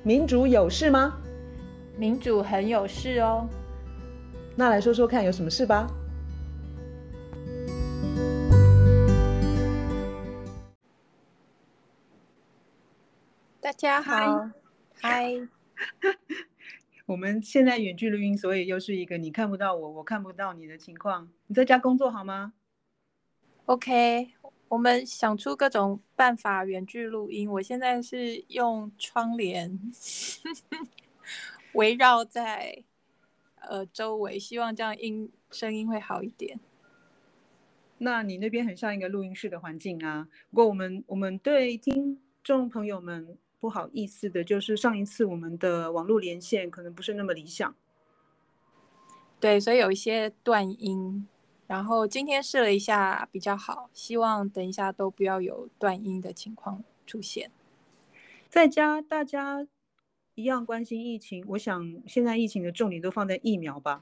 民主有事吗？ 民主很有事哦。 那来说说看有什么事吧。 大家好，嗨。 我们现在远距录音，所以又是一个你看不到我，我看不到你的情况。你在家工作好吗？ OK， 我们想出各种办法远距录音。我现在是用窗帘围绕在周围，希望这样声音会好一点。 那你那边很像一个录音室的环境啊。不过我们对听众朋友们不好意思的，就是上一次我们的网络连线可能不是那么理想。 对，所以有一些断音。然后今天试了一下比较好，希望等一下都不要有断音的情况出现。 在家大家一样关心疫情，我想现在疫情的重点都放在疫苗吧。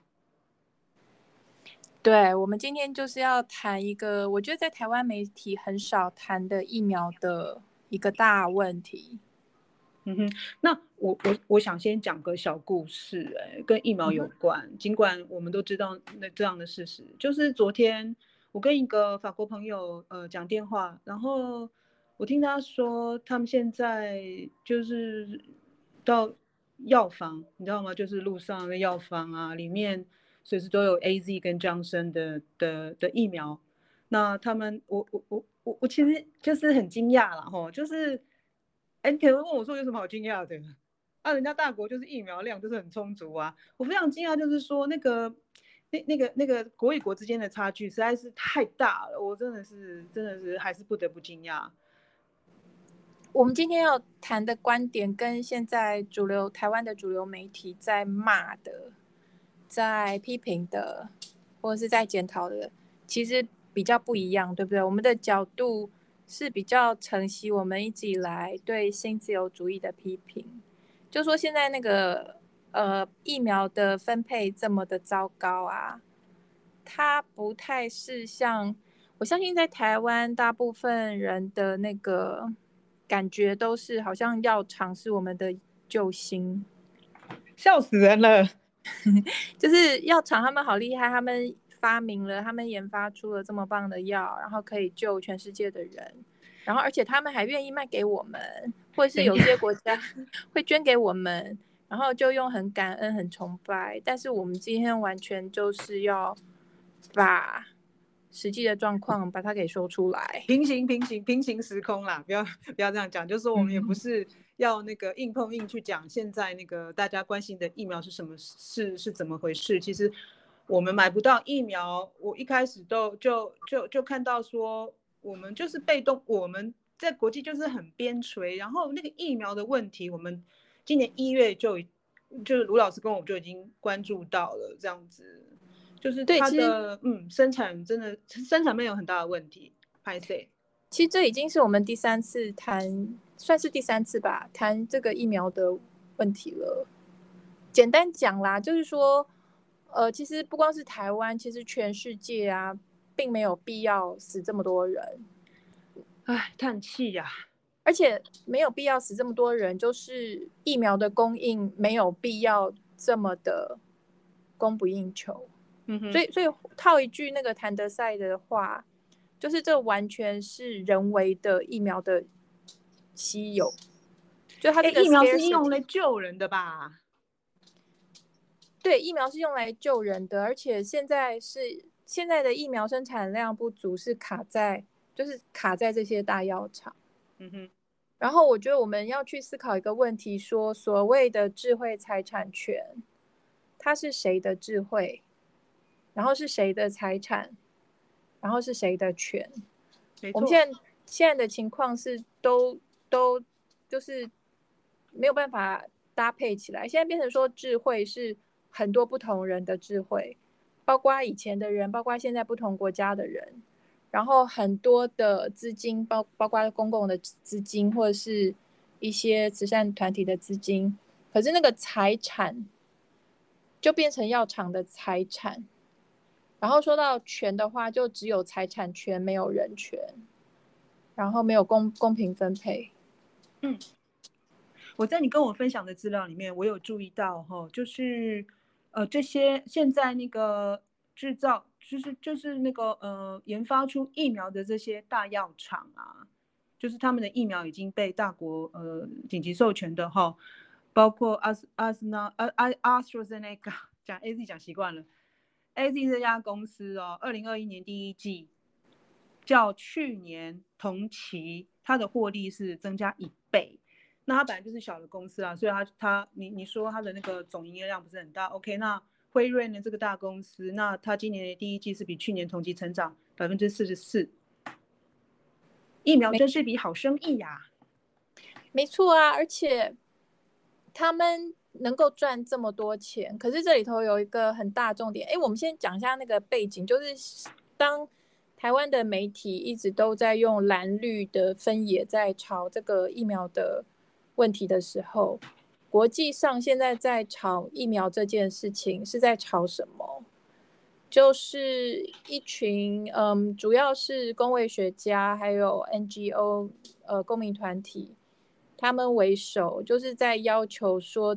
对，我们今天就是要谈一个我觉得在台湾媒体很少谈的疫苗的一个大问题。 那我想先讲个小故事，跟疫苗有关。尽管我们都知道这样的事实，就是昨天我跟一个法国朋友讲电话，然后我听他说他们现在就是到药房，你知道吗？就是路上的药房啊，里面随时都有 AZ 跟Johnson 的疫苗。那他们我其实就是很惊讶啦齁，就是你可能问我说有什么好惊讶的啊？人家大国就是疫苗量就是很充足啊。我非常惊讶，就是说那个国与国之间的差距实在是太大了，我真的是还是不得不惊讶。 我们今天要谈的观点跟现在台湾的主流媒体在骂的、在批评的，或者是在检讨的，其实比较不一样，对不对？我们的角度是比较承袭我们一直以来对新自由主义的批评，就说现在那个疫苗的分配这么的糟糕啊，它不太是像我相信在台湾大部分人的那个感觉都是好像药厂是我们的救星， 笑死人了。 就是药厂他们好厉害，他们发明了，他们研发出了这么棒的药，然后可以救全世界的人，然后而且他们还愿意卖给我们，或者是有些国家会捐给我们，然后就用很感恩、很崇拜。但是我们今天完全就是要把实际的状况把它给说出来。 平行时空啦，不要这样讲，就是说我们也不是要那个硬碰硬去讲现在那个大家关心的疫苗是什么是怎么回事。其实我们买不到疫苗，我一开始就看到说我们就是被动，我们在国际就是很边陲，然后那个疫苗的问题，我们今年1月就是卢老师跟我就已经关注到了，这样子。就是它的生产真的生产面有很大的问题，拍摄。 其实这已经是我们第三次谈，算是第三次吧，谈这个疫苗的问题了。简单讲啦，就是说，其实不光是台湾，其实全世界啊，并没有必要死这么多人。 唉，叹气呀。 而且没有必要死这么多人，就是疫苗的供应没有必要这么的供不应求。所以套一句那个谭德赛的话，就是这完全是人为的疫苗的稀有，就它这个疫苗是用来救人的吧？ 对，疫苗是用来救人的，而且现在的疫苗生产量不足，是卡在这些大药厂。然后我觉得我们要去思考一个问题，说所谓的智慧财产权，它是谁的智慧？然后是谁的财产？然后是谁的权？我们现在的情况是都就是没有办法搭配起来。现在变成说智慧是很多不同人的智慧，包括以前的人，包括现在不同国家的人，然后很多的资金，包括公共的资金或者是一些慈善团体的资金，可是那个财产就变成药厂的财产。然后说到权的话，就只有财产权，没有人权，然后没有公平分配。 我在你跟我分享的资料里面，我有注意到哈，就是这些现在那个制造，就是那个研发出疫苗的这些大药厂啊，就是他们的疫苗已经被大国紧急授权的哈，包括AstraZeneca 讲 AZ 讲习惯了，AZ 这家公司哦，2021年第一季较去年同期它的获利是增加1倍。那它本来就是小的公司啊，所以你说它的那个总营业量不是很大 ，OK？ 那辉瑞呢这个大公司，那它今年的第一季是比去年同期成长44%，疫苗真是笔好生意呀。 没错啊，而且他们能够赚这么多钱，可是这里头有一个很大重点。我们先讲一下那个背景，就是当台湾的媒体一直都在用蓝绿的分野在炒这个疫苗的问题的时候，国际上现在在炒疫苗这件事情是在炒什么？就是一群主要是公卫学家还有 NGO 公民团体，他们为首，就是在要求说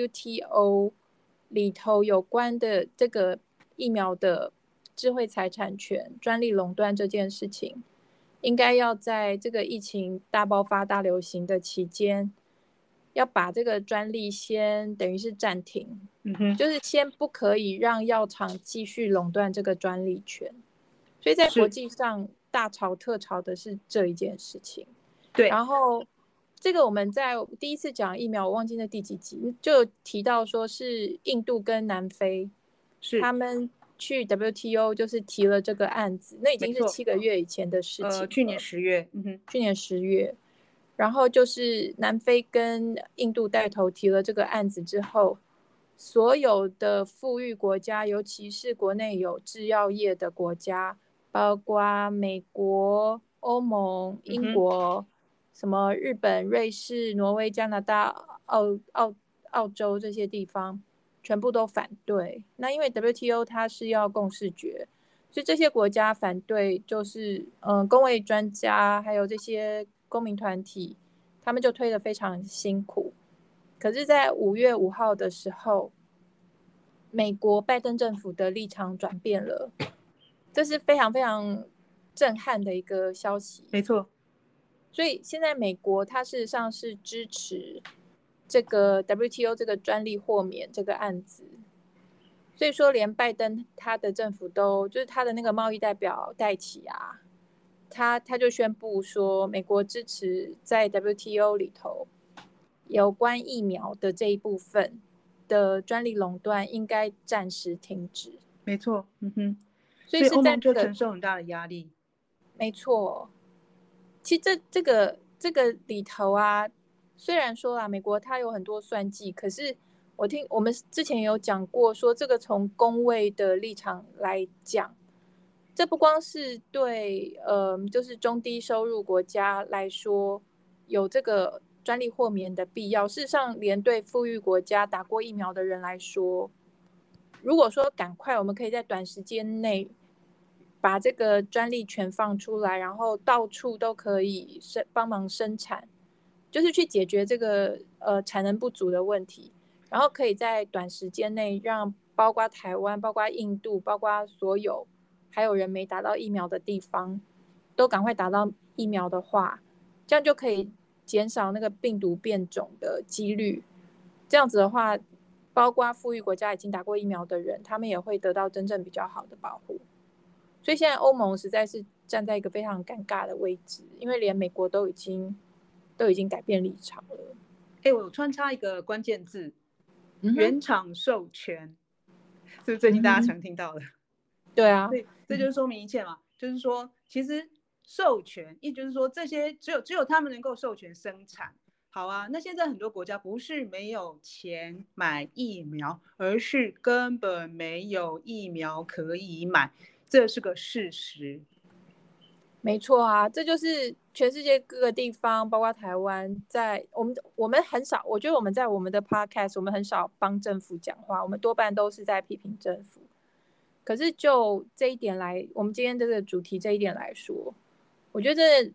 WTO 里头有关的这个疫苗的智慧财产权、专利垄断这件事情，应该要在这个疫情大爆发、大流行的期间，要把这个专利先等于是暂停，就是先不可以让药厂继续垄断这个专利权。所以在国际上大吵特吵的是这一件事情。 对， 然后这个我们在第一次讲疫苗，我忘记那第几集就提到说是印度跟南非，他们去 WTO 就是提了这个案子，那已经是7个月以前的事情。 去年10月， 去年10月，然后就是南非跟印度带头提了这个案子之后，所有的富裕国家，尤其是国内有制药业的国家，包括美国、欧盟、英国、什么日本、瑞士、挪威、加拿大、澳洲这些地方，全部都反对。那因为 WTO 它是要共识决，所以这些国家反对，就是公卫专家还有这些公民团体，他们就推得非常辛苦。可是在5月5号的时候，美国拜登政府的立场转变了，这是非常非常震撼的一个消息。 没错， 所以现在美国它事实上是支持这个 WTO 这个专利豁免这个案子，所以说连拜登他的政府都就是他的那个贸易代表戴奇啊，他就宣布说美国支持在 WTO 里头有关疫苗的这一部分的专利垄断应该暂时停止。 没错， 所以欧盟就承受很大的压力。 没错，其实这个里头啊，虽然说啦，美国它有很多算计，可是我们之前有讲过，说这个从公卫的立场来讲，这不光是对就是中低收入国家来说有这个专利豁免的必要，事实上连对富裕国家打过疫苗的人来说，如果说赶快我们可以在短时间内把这个专利权放出来，然后到处都可以帮忙生产，就是去解决这个产能不足的问题，然后可以在短时间内让包括台湾、包括印度、包括所有还有人没打到疫苗的地方，都赶快打到疫苗的话，这样就可以减少那个病毒变种的几率。这样子的话，包括富裕国家已经打过疫苗的人，他们也会得到真正比较好的保护。所以现在欧盟实在是站在一个非常尴尬的位置，因为连美国都已经改变立场了。 我穿插一个关键字，原厂授权，是不是最近大家常听到的？ 对啊， 这就说明一切嘛，就是说其实授权，也就是说这些只有他们能够授权生产。好啊，那现在很多国家不是没有钱买疫苗，而是根本没有疫苗可以买，这是个事实。 没错啊，这就是全世界各个地方，包括台湾，在我们很少，我觉得我们在我们的 podcast， 我们很少帮政府讲话，我们多半都是在批评政府。可是就这一点来，我们今天这个主题这一点来说，我觉得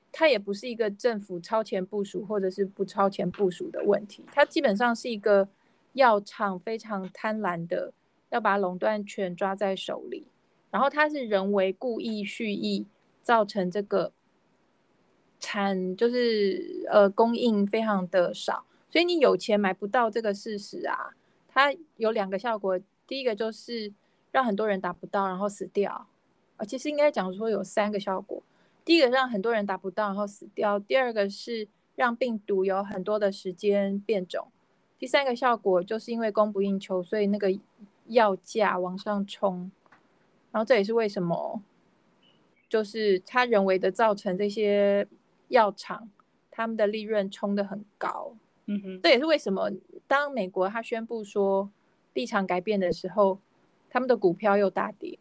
它也不是一个政府超前部署或者是不超前部署的问题，它基本上是一个药厂非常贪婪的要把垄断权抓在手里，然后它是人为故意蓄意造成这个就是供应非常的少，所以你有钱买不到这个事实啊，它有2个效果，第一个就是让很多人打不到然后死掉，其实应该讲说有3个效果，第一个让很多人打不到然后死掉，第二个是让病毒有很多的时间变种，第3个效果就是因为供不应求，所以那个药价往上冲，然后这也是为什么就是它人为的造成这些药厂他们的利润冲得很高。这也是为什么当美国他宣布说立场改变的时候，他们的股票又大跌。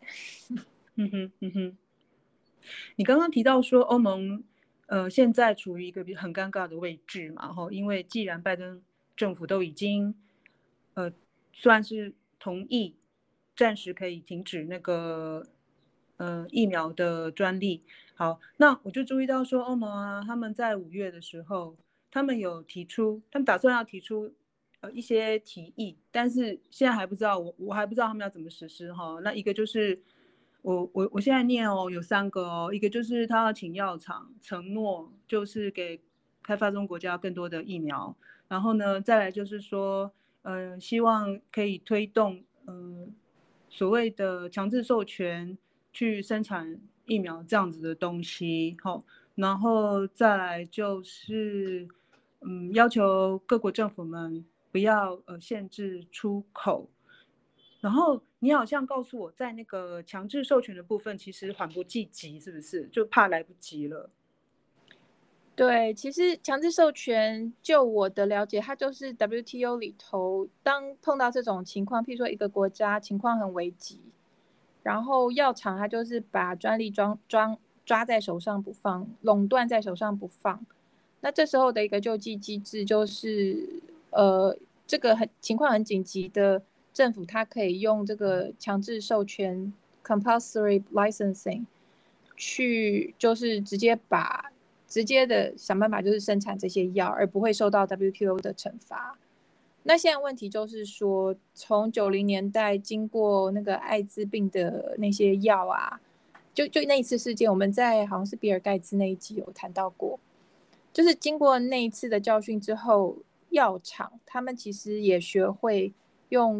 你刚刚提到说欧盟现在处于一个很尴尬的位置嘛，因为既然拜登政府都已经算是同意暂时可以停止那个疫苗的专利。好，那我就注意到说欧盟啊，他们在5月的时候，他们有提出，他们打算要提出一些提议，但是现在还不知道，我还不知道他们要怎么实施哈。那一个就是我现在念有3个哦，一个就是他要请药厂承诺，就是给开发中国家更多的疫苗，然后呢，再来就是说希望可以推动所谓的强制授权去生产疫苗这样子的东西，然后再来就是要求各国政府们不要限制出口。然后你好像告诉我，在那个强制授权的部分，其实缓不济急，是不是？就怕来不及了。 对，其实强制授权，就我的了解，它就是 WTO 里头，当碰到这种情况，譬如说一个国家情况很危急，然后药厂它就是把专利抓在手上不放，垄断在手上不放。那这时候的一个救济机制就是，这个情况很紧急的政府，它可以用这个强制授权 （compulsory licensing） 去，就是直接的想办法，就是生产这些药，而不会受到 WTO 的惩罚。那现在问题就是说，从90年代经过那个艾滋病的那些药啊，就那一次事件，我们在好像是比尔盖茨那一集有谈到过，就是经过那一次的教训之后，药厂他们其实也学会用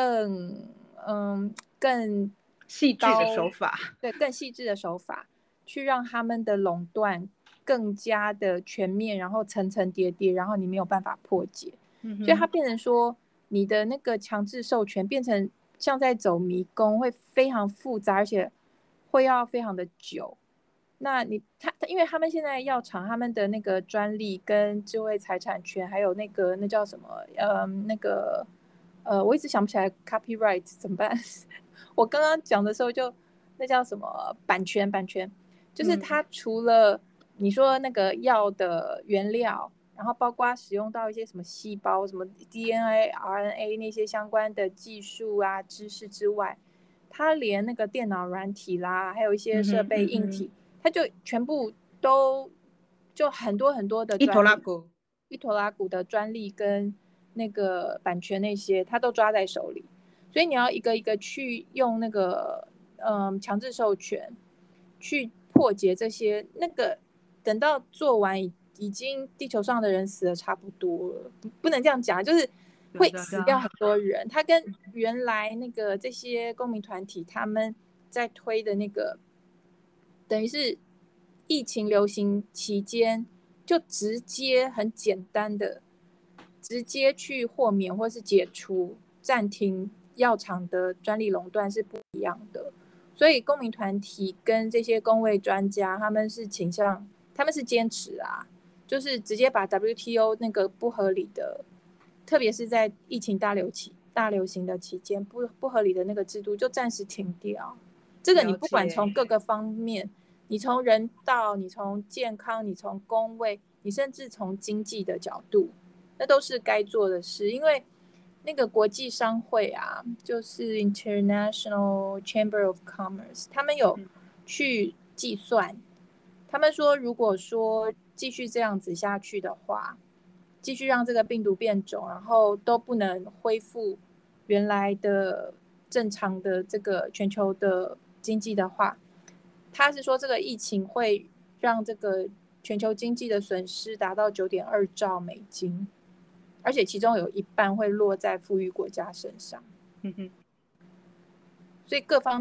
更细致的手法， 对，更细致的手法去让他们的垄断更加的全面，然后层层叠叠，然后你没有办法破解。所以它变成说，你的那个强制授权变成像在走迷宫，会非常复杂，而且会要非常的久。那因为他们现在药厂他们的那个专利跟智慧财产权，还有那叫什么我一直想不起来 copyright 怎么办？我刚刚讲的时候就那叫什么版权，就是它除了你说那个药的原料，然后包括使用到一些什么细胞、什么 DNA、RNA 那些相关的技术啊、知识之外，它连那个电脑软体啦，还有一些设备硬体，它就全部都就很多很多的专利，一拖拉股的专利跟那个版权那些，它都抓在手里，所以你要一个一个去用那个强制授权去破解这些，那个等到做完已经地球上的人死的差不多了，不能这样讲，就是会死掉很多人。他跟原来那个这些公民团体他们在推的那个，等于是疫情流行期间就直接很简单的直接去豁免或是解除暂停药厂的专利垄断是不一样的。所以公民团体跟这些公卫专家他们是倾向，他们是坚持啊，就是直接把 WTO 那个不合理的，特别是在疫情大流行的期间，不合理的那个制度就暂时停掉。这个你不管从各个方面，你从人道，你从健康，你从公卫，你甚至从经济的角度，那都是该做的事。因为那个国际商会啊，就是 International Chamber of Commerce， 他们有去计算， 他们说如果说继续这样子下去的话，继续让这个病毒变种，然后都不能恢复原来的正常的这个全球的经济的话，他是说这个疫情会让这个全球经济的损失达到9.2兆美金，而且其中有一半会落在富裕国家身上。所以各方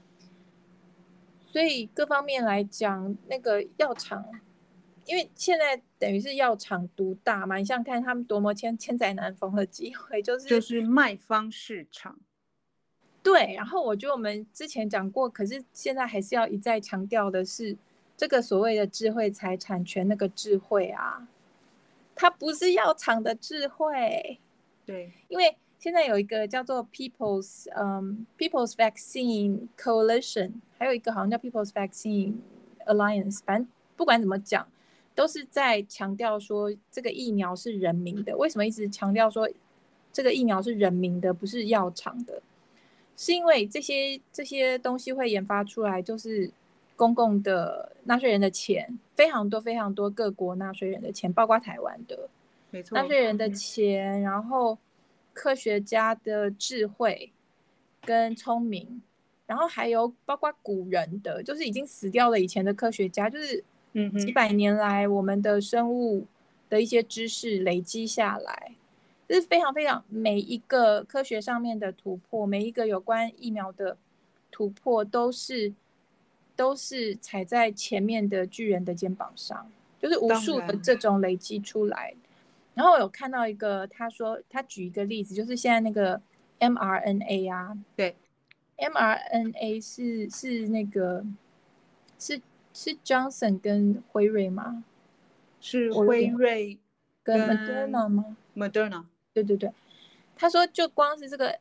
面来讲，那个药厂，因为现在等于是药厂独大嘛，你想想看他们多么千载难逢的机会， 就是卖方市场。 对，然后我觉得我们之前讲过，可是现在还是要一再强调的是，这个所谓的智慧财产权那个智慧啊，它不是药厂的智慧。 对， 因为现在有一个叫做 People's Vaccine Coalition， 还有一个好像叫 People's Vaccine Alliance， 反正不管怎么讲，都是在强调说这个疫苗是人民的。为什么一直强调说这个疫苗是人民的，不是药厂的？是因为这些东西会研发出来，就是公共的纳税人的钱，非常多非常多各国纳税人的钱，包括台湾的没错， 纳税人的钱，然后科学家的智慧跟聪明，然后还有包括古人的，就是已经死掉了以前的科学家，就是几百年来我们的生物的一些知识累积下来。这是非常非常每一个科学上面的突破，每一个有关疫苗的突破，都是踩在前面的巨人的肩膀上，就是无数的这种累积出来。然后我有看到一个，他说他举一个例子，就是现在那个 mRNA 啊， 对 ，mRNA 是那个是 Johnson 跟辉瑞吗？ 是辉瑞跟 Moderna 吗 ？Moderna。 对对对，他说就光是这个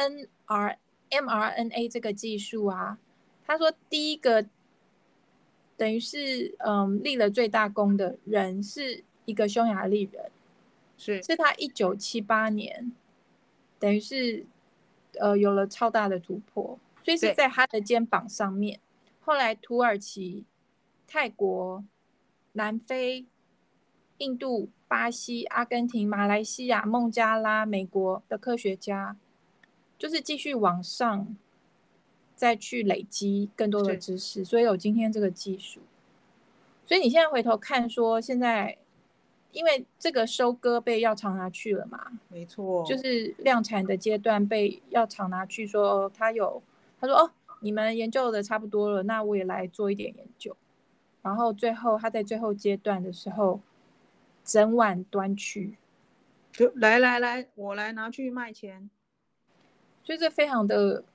mRNA 这个技术啊，他说第一个等于是立了最大功的人是一个匈牙利人，是他1978年，等于是有了超大的突破，所以是在他的肩膀上面。后来土耳其、泰国、南非、印度、巴西、阿根廷、马来西亚、孟加拉、美国的科学家，就是继续往上再去累积更多的知识，所以有今天这个技术。所以你现在回头看说，现在因为这个收割被药厂拿去了嘛， 没错， 就是量产的阶段被药厂拿去说，他说哦，你们研究的差不多了，那我也来做一点研究。然后最后他在最后阶段的时候，整碗端去， 就来，我来拿去卖钱。 所以这非常的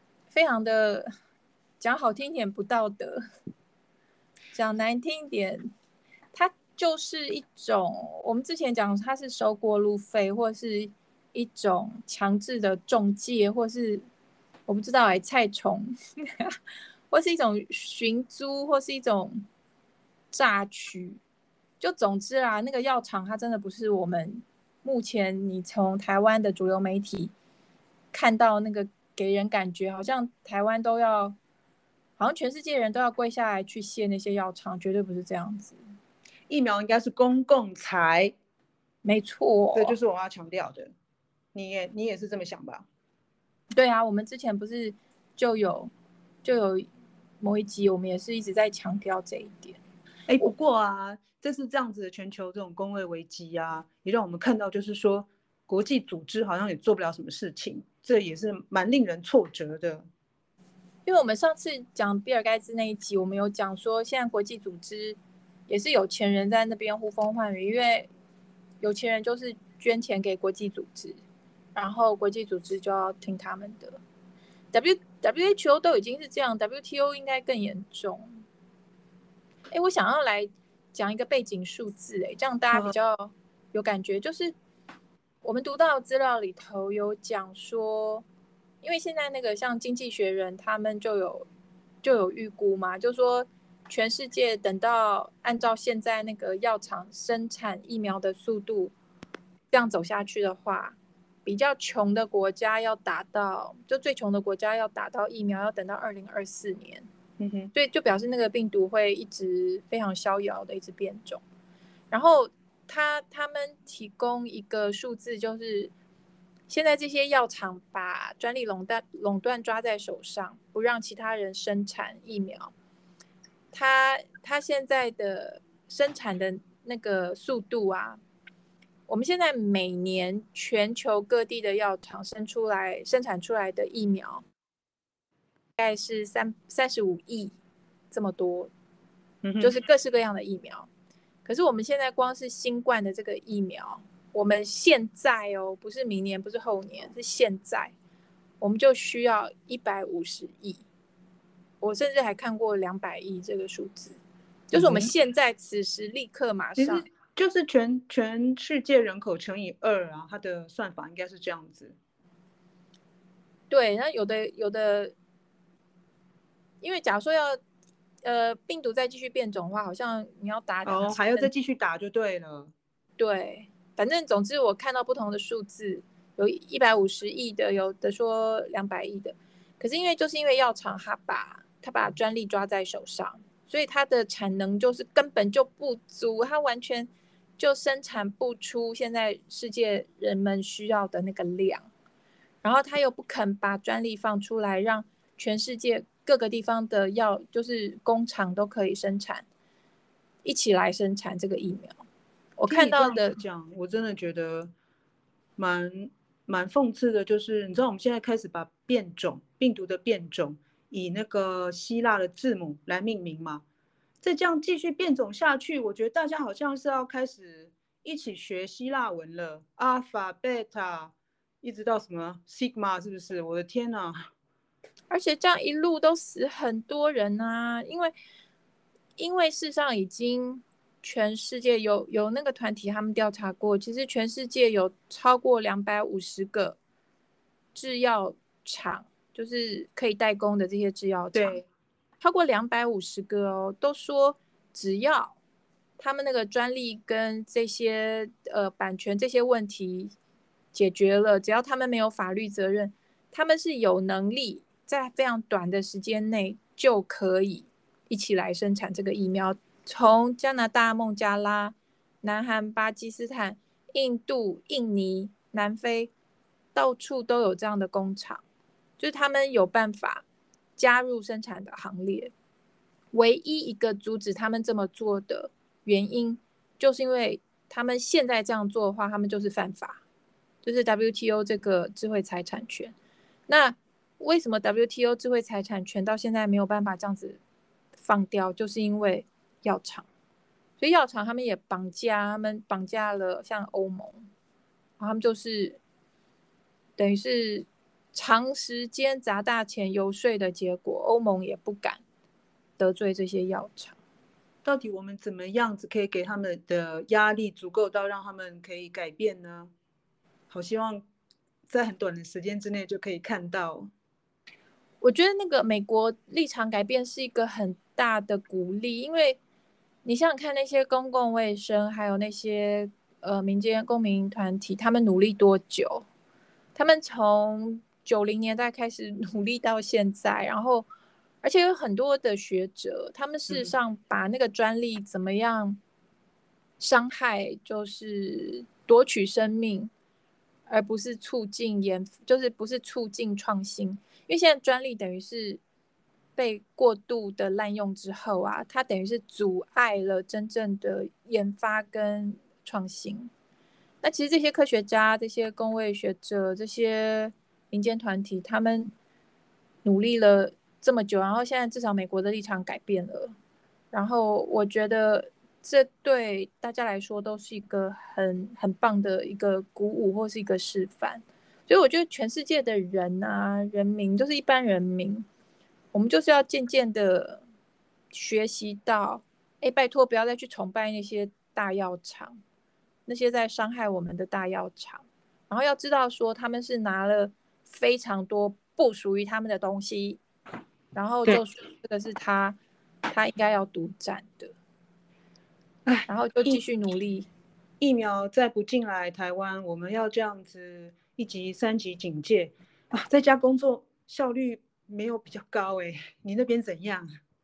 讲好听一点不道德，讲难听一点，它就是一种我们之前讲它是收过路费，或是一种强制的中介，或是我不知道菜虫，或是一种寻租，或是一种榨取。就总之啊，那个药厂它真的不是我们目前你从台湾的主流媒体看到那个给人感觉好像台湾都要，好像全世界人都要跪下来去谢那些药厂，绝对不是这样子。 疫苗应该是公共财， 没错， 这就是我要强调的。你也是这么想吧？ 对啊，我们之前不是就有某一集，我们也是一直在强调这一点。 不过啊，这是这样子的全球这种公卫危机啊，也让我们看到，就是说国际组织好像也做不了什么事情，这也是蛮令人挫折的。 因为我们上次讲比尔盖茨那一集，我们有讲说，现在国际组织也是有钱人在那边呼风唤雨，因为有钱人就是捐钱给国际组织，然后国际组织就要听他们的。WHO 都已经是这样 ，WTO 应该更严重。我想要来讲一个背景数字，这样大家比较有感觉。就是我们读到资料里头有讲说，因为现在那个像《经济学人》他们就有预估嘛，就说全世界等到按照现在那个药厂生产疫苗的速度这样走下去的话，比较穷的国家要达到，就最穷的国家要达到疫苗要等到2024年。 所以就表示那个病毒会一直非常逍遥的一直变种。然后他们提供一个数字，就是现在这些药厂把专利垄断抓在手上，不让其他人生产疫苗。他现在的生产的那个速度啊，我们现在每年全球各地的药厂生产出来的疫苗，大概是35亿这么多，就是各式各样的疫苗。可是我们现在光是新冠的这个疫苗，我们现在不是明年，不是后年，是现在，我们就需要150亿。我甚至还看过200亿这个数字，就是我们现在此时立刻马上， 其实就是全世界人口乘以2啊，它的算法应该是这样子。 对，那有的，因为假如说要病毒再继续变种的话，好像你要打还要再继续打就对了。 对，反正总之我看到不同的数字，有150亿的，有的说200亿的。可是因为药厂他把专利抓在手上，所以它的产能就是根本就不足，它完全就生产不出现在世界人们需要的那个量。然后他又不肯把专利放出来，让全世界各个地方的就是工厂都可以生产，一起来生产这个疫苗。我看到的讲，我真的觉得蛮讽刺的，就是你知道我们现在开始把病毒的变种以那个希腊的字母来命名嘛？再这样继续变种下去，我觉得大家好像是要开始一起学希腊文了，阿尔法、贝塔，一直到什么 sigma， 是不是？我的天哪！ 而且这样一路都死很多人啊，因为事实上已经全世界有那个团体他们调查过，其实全世界有超过250个制药厂，就是可以代工的这些制药厂，超过250个都说只要他们那个专利跟这些版权这些问题解决了，只要他们没有法律责任，他们是有能力在非常短的时间内就可以一起来生产这个疫苗。从加拿大、孟加拉、南韩、巴基斯坦、印度、印尼、南非，到处都有这样的工厂，就是他们有办法加入生产的行列。唯一一个阻止他们这么做的原因，就是因为他们现在这样做的话，他们就是犯法，就是 WTO 这个智慧财产权。那为什么 WTO 智慧财产权到现在没有办法这样子放掉？就是因为药厂，所以药厂他们也绑架了像欧盟，然后他们就是等于是长时间砸大钱游说的结果，欧盟也不敢得罪这些药厂。 到底我们怎么样子可以给他们的压力足够到让他们可以改变呢？好希望在很短的时间之内就可以看到。 我觉得那个美国立场改变是一个很大的鼓励，因为你想想看，那些公共卫生还有那些民间公民团体，他们努力多久？他们从90年代开始努力到现在，然后而且有很多的学者，他们事实上把那个专利怎么样伤害，就是夺取生命，而不是就是不是促进创新。因为现在专利等于是被过度的滥用之后啊，它等于是阻碍了真正的研发跟创新。那其实这些科学家、这些公卫学者、这些民间团体，他们努力了这么久，然后现在至少美国的立场改变了，然后我觉得这对大家来说都是一个很棒的一个鼓舞或是一个示范。所以我觉得全世界的人啊，人民就是一般人民，我们就是要渐渐的学习到，拜托不要再去崇拜那些大药厂，那些在伤害我们的大药厂，然后要知道说他们是拿了非常多不属于他们的东西，然后就说这个是他应该要独占的，然后就继续努力。 疫苗再不进来台湾，我们要这样子1级、3级警戒啊！在家工作效率没有比较高你那边怎样？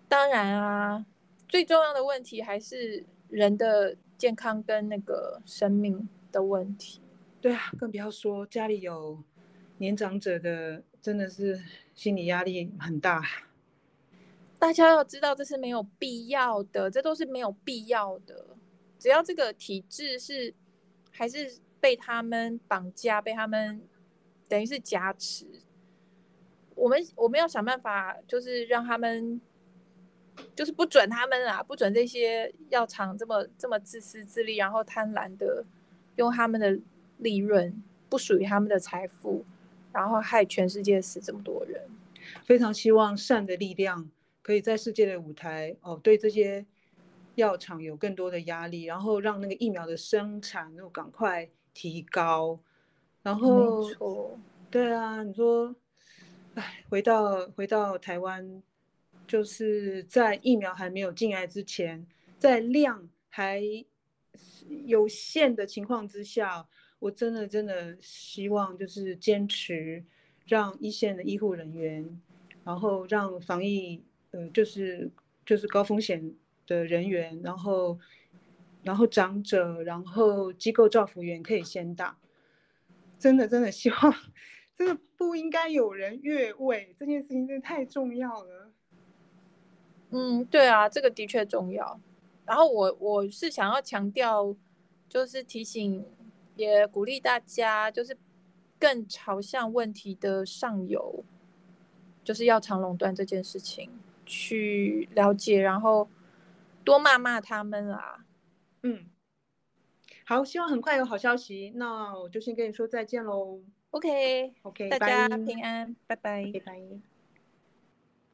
当然啊，最重要的问题还是人的健康跟那个生命的问题。 对啊，更不要说家里有年长者的，真的是心理压力很大。 大家要知道，这是没有必要的，这都是没有必要的。只要这个体制是还是被他们绑架，被他们等于是夹持，我们要想办法，就是让他们，就是不准他们啊，不准这些药厂这么自私自利，然后贪婪的用他们的利润，不属于他们的财富，然后害全世界死这么多人。 非常希望善的力量可以在世界的舞台对这些药厂有更多的压力，然后让那个疫苗的生产又赶快提高。然没后， 错， 对啊，你说，哎，回到台湾，就是在疫苗还没有进来之前，在量还有限的情况之下，我真的希望就是坚持让一线的医护人员，然后让防疫就是高风险的人员，然后长者，然后机构照服员可以先打。真的希望，真的不应该有人越位，这件事情真的太重要了。 嗯，对啊，这个的确重要。然后我是想要强调，就是提醒，也鼓励大家，就是更朝向问题的上游，就是药厂垄断这件事情去了解，然后多骂骂他们啦。 嗯，好，希望很快有好消息。那我就先跟你说再见喽。 OK， OK，拜。 大家平安，拜拜。 OK，拜。